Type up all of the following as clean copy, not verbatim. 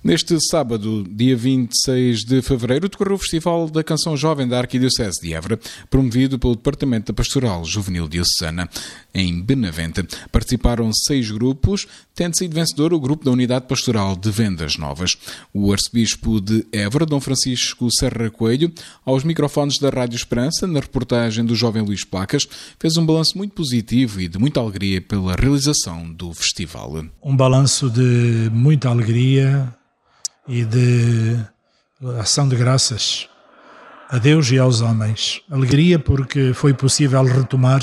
Neste sábado, dia 26 de fevereiro, decorreu o Festival da Canção Jovem da Arquidiocese de Évora, promovido pelo Departamento da Pastoral Juvenil Diocesana, em Benavente. Participaram 6 grupos, tendo sido vencedor o grupo da Unidade Pastoral de Vendas Novas. O arcebispo de Évora, Dom Francisco Serra Coelho, aos microfones da Rádio Esperança, na reportagem do jovem Luís Placas, fez um balanço muito positivo e de muita alegria pela realização do festival. Um balanço de muita alegria e de ação de graças a Deus e aos homens. Alegria porque foi possível retomar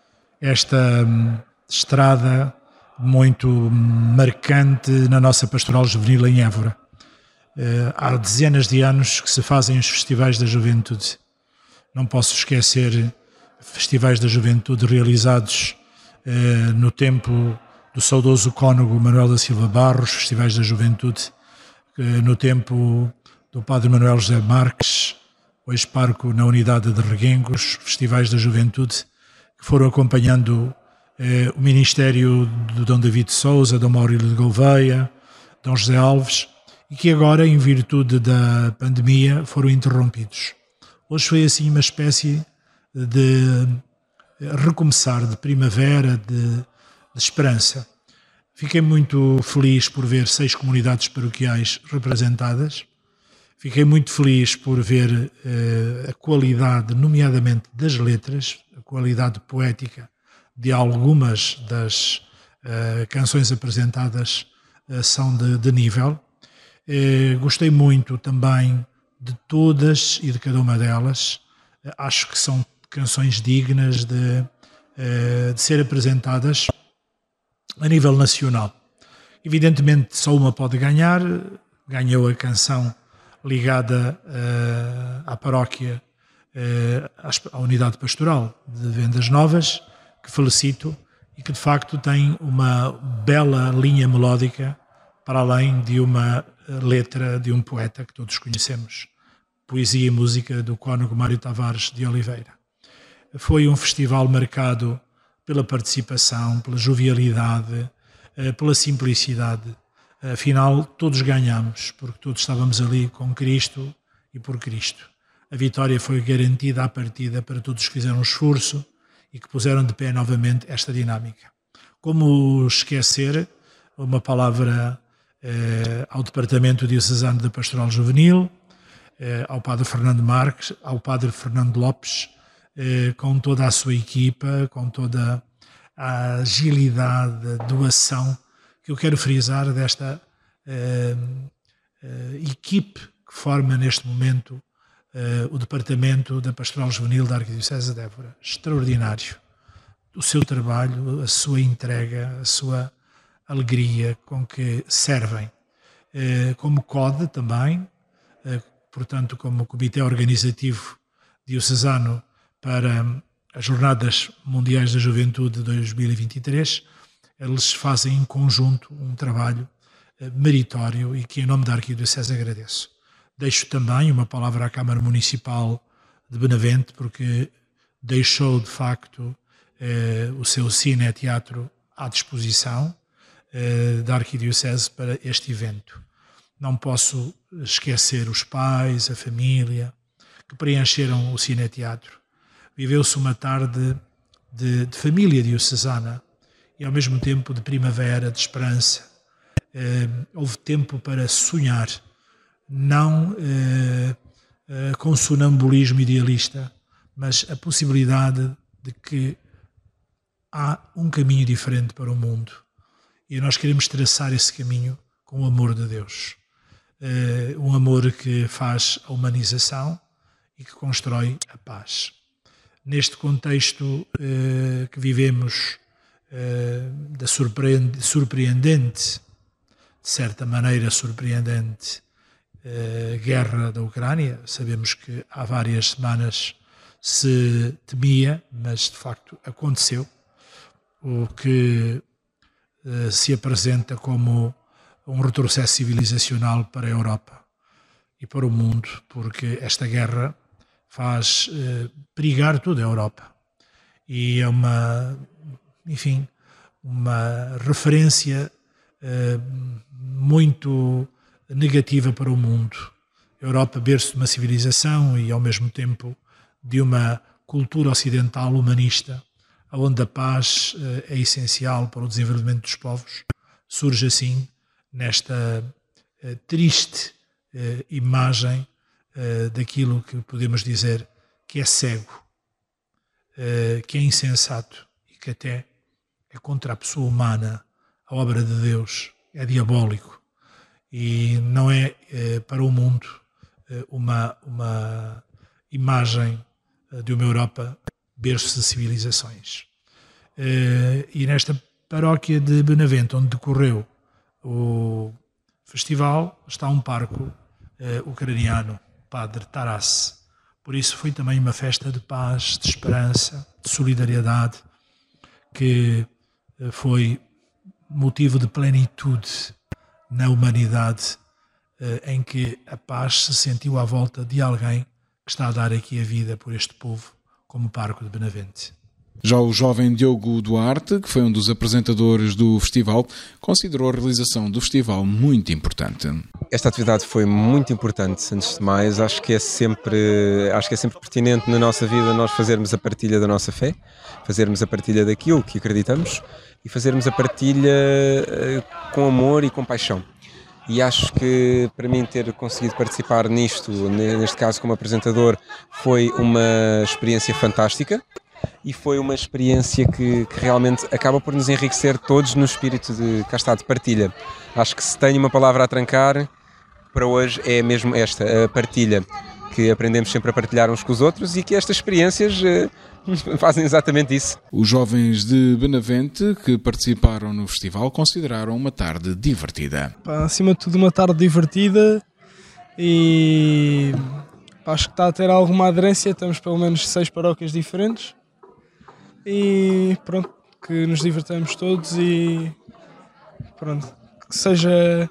esta estrada muito marcante na nossa pastoral juvenil em Évora. Há dezenas de anos que se fazem os festivais da juventude. Não posso esquecer festivais da juventude realizados no tempo do saudoso cônego Manuel da Silva Barros, festivais da juventude no tempo do Padre Manuel José Marques, hoje parco na unidade de Reguengos, festivais da juventude que foram acompanhando o ministério do Dom David Sousa, Dom Maurílio de Gouveia, Dom José Alves, e que agora, em virtude da pandemia, foram interrompidos. Hoje foi assim uma espécie de recomeçar, de primavera, de esperança. Fiquei muito feliz por ver 6 comunidades paroquiais representadas. Fiquei muito feliz por ver a qualidade, nomeadamente das letras, a qualidade poética de algumas das canções apresentadas são de nível. Gostei muito também de todas e de cada uma delas. Acho que são canções dignas de ser apresentadas a nível nacional. Evidentemente só uma pode ganhar, ganhou a canção ligada à paróquia, à unidade pastoral de Vendas Novas, que felicito e que de facto tem uma bela linha melódica para além de uma letra de um poeta que todos conhecemos, poesia e música do cônego Mário Tavares de Oliveira. Foi um festival marcado pela participação, pela jovialidade, pela simplicidade. Afinal, todos ganhamos, porque todos estávamos ali com Cristo e por Cristo. A vitória foi garantida à partida para todos que fizeram um esforço e que puseram de pé novamente esta dinâmica. Como esquecer uma palavra ao Departamento Diocesano da Pastoral Juvenil, ao Padre Fernando Marques, ao Padre Fernando Lopes, com toda a sua equipa, com toda a agilidade, a doação, que eu quero frisar desta equipe que forma neste momento o Departamento da Pastoral Juvenil da Arquidiocese de Évora. Extraordinário. O seu trabalho, a sua entrega, a sua alegria com que servem. Como CODE também, portanto como Comitê Organizativo Diocesano para as Jornadas Mundiais da Juventude de 2023, eles fazem em conjunto um trabalho meritório e que em nome da Arquidiocese agradeço. Deixo também uma palavra à Câmara Municipal de Benavente, porque deixou de facto o seu cine-teatro à disposição da Arquidiocese para este evento. Não posso esquecer os pais, a família, que preencheram o cine-teatro. Viveu-se uma tarde de família diocesana e ao mesmo tempo de primavera, de esperança. Houve tempo para sonhar, não com sonambulismo idealista, mas a possibilidade de que há um caminho diferente para o mundo e nós queremos traçar esse caminho com o amor de Deus. Um amor que faz a humanização e que constrói a paz. Neste contexto que vivemos da surpreendente, de certa maneira surpreendente, guerra da Ucrânia, sabemos que há várias semanas se temia, mas de facto aconteceu, o que se apresenta como um retrocesso civilizacional para a Europa e para o mundo, porque esta guerra faz perigar toda a Europa e é uma referência muito negativa para o mundo. A Europa, berço de uma civilização e, ao mesmo tempo, de uma cultura ocidental humanista, onde a paz é essencial para o desenvolvimento dos povos, surge assim nesta triste imagem daquilo que podemos dizer que é cego, que é insensato e que até é contra a pessoa humana, a obra de Deus, é diabólico e não é para o mundo uma imagem de uma Europa berço de civilizações. E nesta paróquia de Benavente, onde decorreu o festival, está um parco ucraniano, Padre Taras. Por isso foi também uma festa de paz, de esperança, de solidariedade, que foi motivo de plenitude na humanidade, em que a paz se sentiu à volta de alguém que está a dar aqui a vida por este povo, como o Parque de Benavente. Já o jovem Diogo Duarte, que foi um dos apresentadores do festival, considerou a realização do festival muito importante. Esta atividade foi muito importante, antes de mais. Acho que é sempre pertinente na nossa vida nós fazermos a partilha da nossa fé, fazermos a partilha daquilo que acreditamos e fazermos a partilha com amor e com paixão. E acho que para mim ter conseguido participar nisto, neste caso como apresentador, foi uma experiência fantástica. E foi uma experiência que realmente acaba por nos enriquecer todos no espírito de, cá está, de partilha. Acho que se tem uma palavra a trancar, para hoje é mesmo esta, a partilha, que aprendemos sempre a partilhar uns com os outros e que estas experiências fazem exatamente isso. Os jovens de Benavente que participaram no festival consideraram uma tarde divertida. Acima de tudo, uma tarde divertida e acho que está a ter alguma aderência. Temos pelo menos 6 paróquias diferentes. E pronto, que nos divertamos todos e pronto, que seja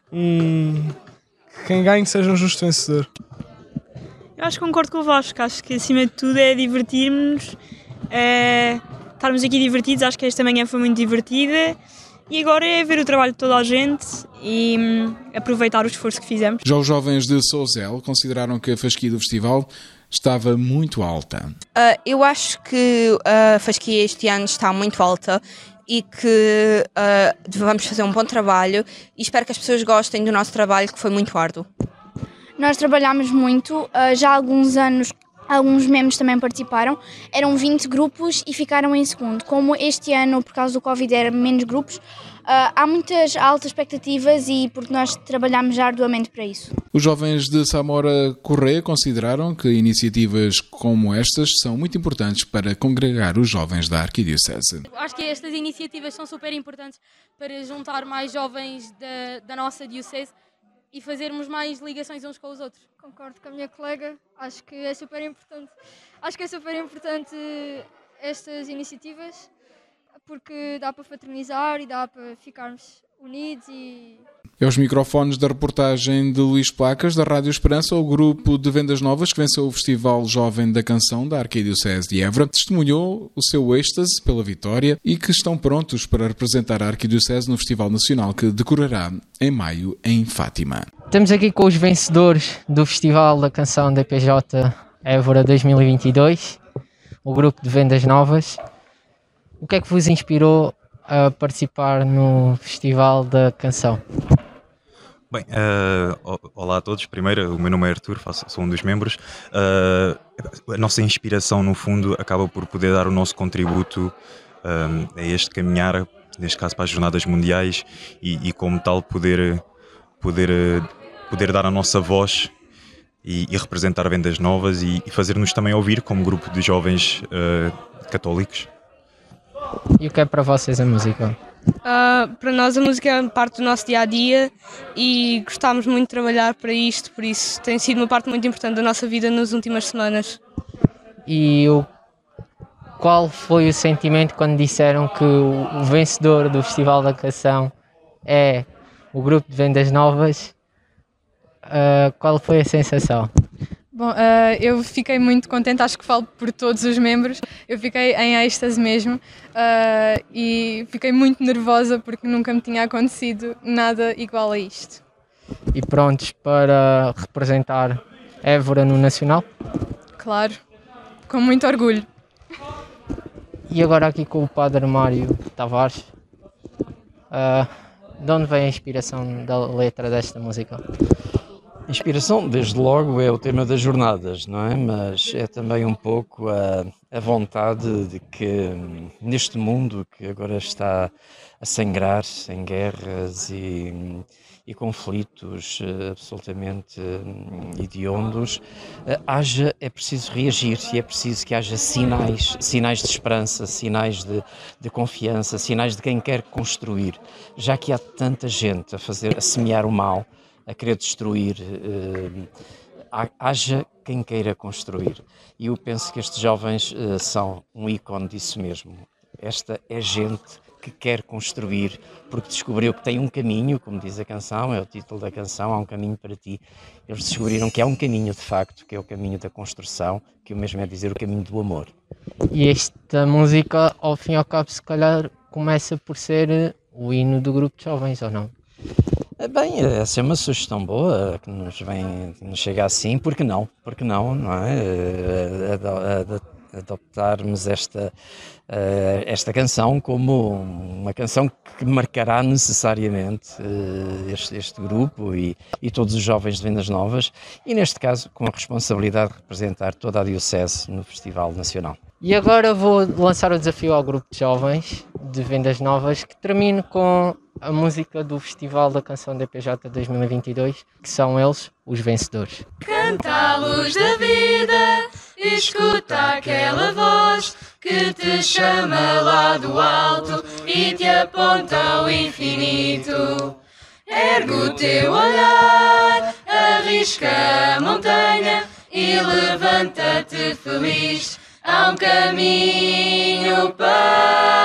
que quem ganhe seja um justo vencedor. Eu acho que concordo com o Vasco, acho que acima de tudo é divertirmos, estarmos aqui divertidos, acho que esta manhã foi muito divertida e agora é ver o trabalho de toda a gente e aproveitar o esforço que fizemos. Já os jovens de Souzel consideraram que a fasquia do festival estava muito alta. Eu acho que a fasquia este ano está muito alta e que vamos fazer um bom trabalho e espero que as pessoas gostem do nosso trabalho, que foi muito árduo. Nós trabalhámos muito, já há alguns anos, alguns membros também participaram, eram 20 grupos e ficaram em segundo. Como este ano, por causa do Covid, eram menos grupos, há muitas altas expectativas e porque nós trabalhámos arduamente para isso. Os jovens de Samora Correia consideraram que iniciativas como estas são muito importantes para congregar os jovens da Arquidiocese. Acho que estas iniciativas são super importantes para juntar mais jovens da nossa diocese e fazermos mais ligações uns com os outros. Concordo com a minha colega, acho que é super importante. Acho que é super importante estas iniciativas porque dá para fraternizar e dá para ficarmos unidos e... Aos microfones da reportagem de Luís Placas, da Rádio Esperança, o grupo de Vendas Novas que venceu o Festival Jovem da Canção da Arquidiocese de Évora testemunhou o seu êxtase pela vitória e que estão prontos para representar a Arquidiocese no Festival Nacional que decorrerá em maio em Fátima. Estamos aqui com os vencedores do Festival da Canção da PJ Évora 2022, o grupo de Vendas Novas. O que é que vos inspirou a participar no Festival da Canção? Bem, olá a todos. Primeiro, o meu nome é Arthur, sou um dos membros. A nossa inspiração, no fundo, acaba por poder dar o nosso contributo a este caminhar, neste caso para as Jornadas Mundiais, e como tal poder dar a nossa voz e representar Vendas Novas e fazer-nos também ouvir como grupo de jovens católicos. E o que é para vocês a música? Para nós a música é parte do nosso dia-a-dia e gostámos muito de trabalhar para isto, por isso tem sido uma parte muito importante da nossa vida nas últimas semanas. E qual foi o sentimento quando disseram que o vencedor do Festival da Canção é o grupo de Vendas Novas? Qual foi a sensação? Bom, eu fiquei muito contente, acho que falo por todos os membros, eu fiquei em êxtase mesmo e fiquei muito nervosa porque nunca me tinha acontecido nada igual a isto. e prontos para representar Évora no Nacional? Claro, com muito orgulho. E agora aqui com o Padre Mário Tavares, de onde vem a inspiração da letra desta música? A inspiração, desde logo, é o tema das jornadas, não é? Mas é também um pouco a vontade de que neste mundo que agora está a sangrar em guerras e conflitos absolutamente hediondos, é preciso reagir e é preciso que haja sinais de esperança, sinais de confiança, sinais de quem quer construir, já que há tanta gente a semear o mal, a querer destruir, haja quem queira construir. E eu penso que estes jovens são um ícone disso mesmo. Esta é gente que quer construir, porque descobriu que tem um caminho, como diz a canção, é o título da canção, há um caminho para ti. Eles descobriram que há um caminho de facto, que é o caminho da construção, que o mesmo é dizer o caminho do amor. E esta música, ao fim e ao cabo, se calhar começa por ser o hino do grupo de jovens, ou não? Bem, essa é uma sugestão boa que nos chega assim, porque não, não é? Adoptarmos esta canção como uma canção que marcará necessariamente este grupo e todos os jovens de Vendas Novas e, neste caso, com a responsabilidade de representar toda a Diocese no Festival Nacional. E agora vou lançar o desafio ao grupo de jovens de Vendas Novas, que termine com a música do Festival da Canção DPJ 2022, que são eles, os vencedores. Canta a luz da vida, escuta aquela voz que te chama lá do alto e te aponta ao infinito. Ergue o teu olhar, arrisca a montanha e levanta-te feliz. Há um caminho para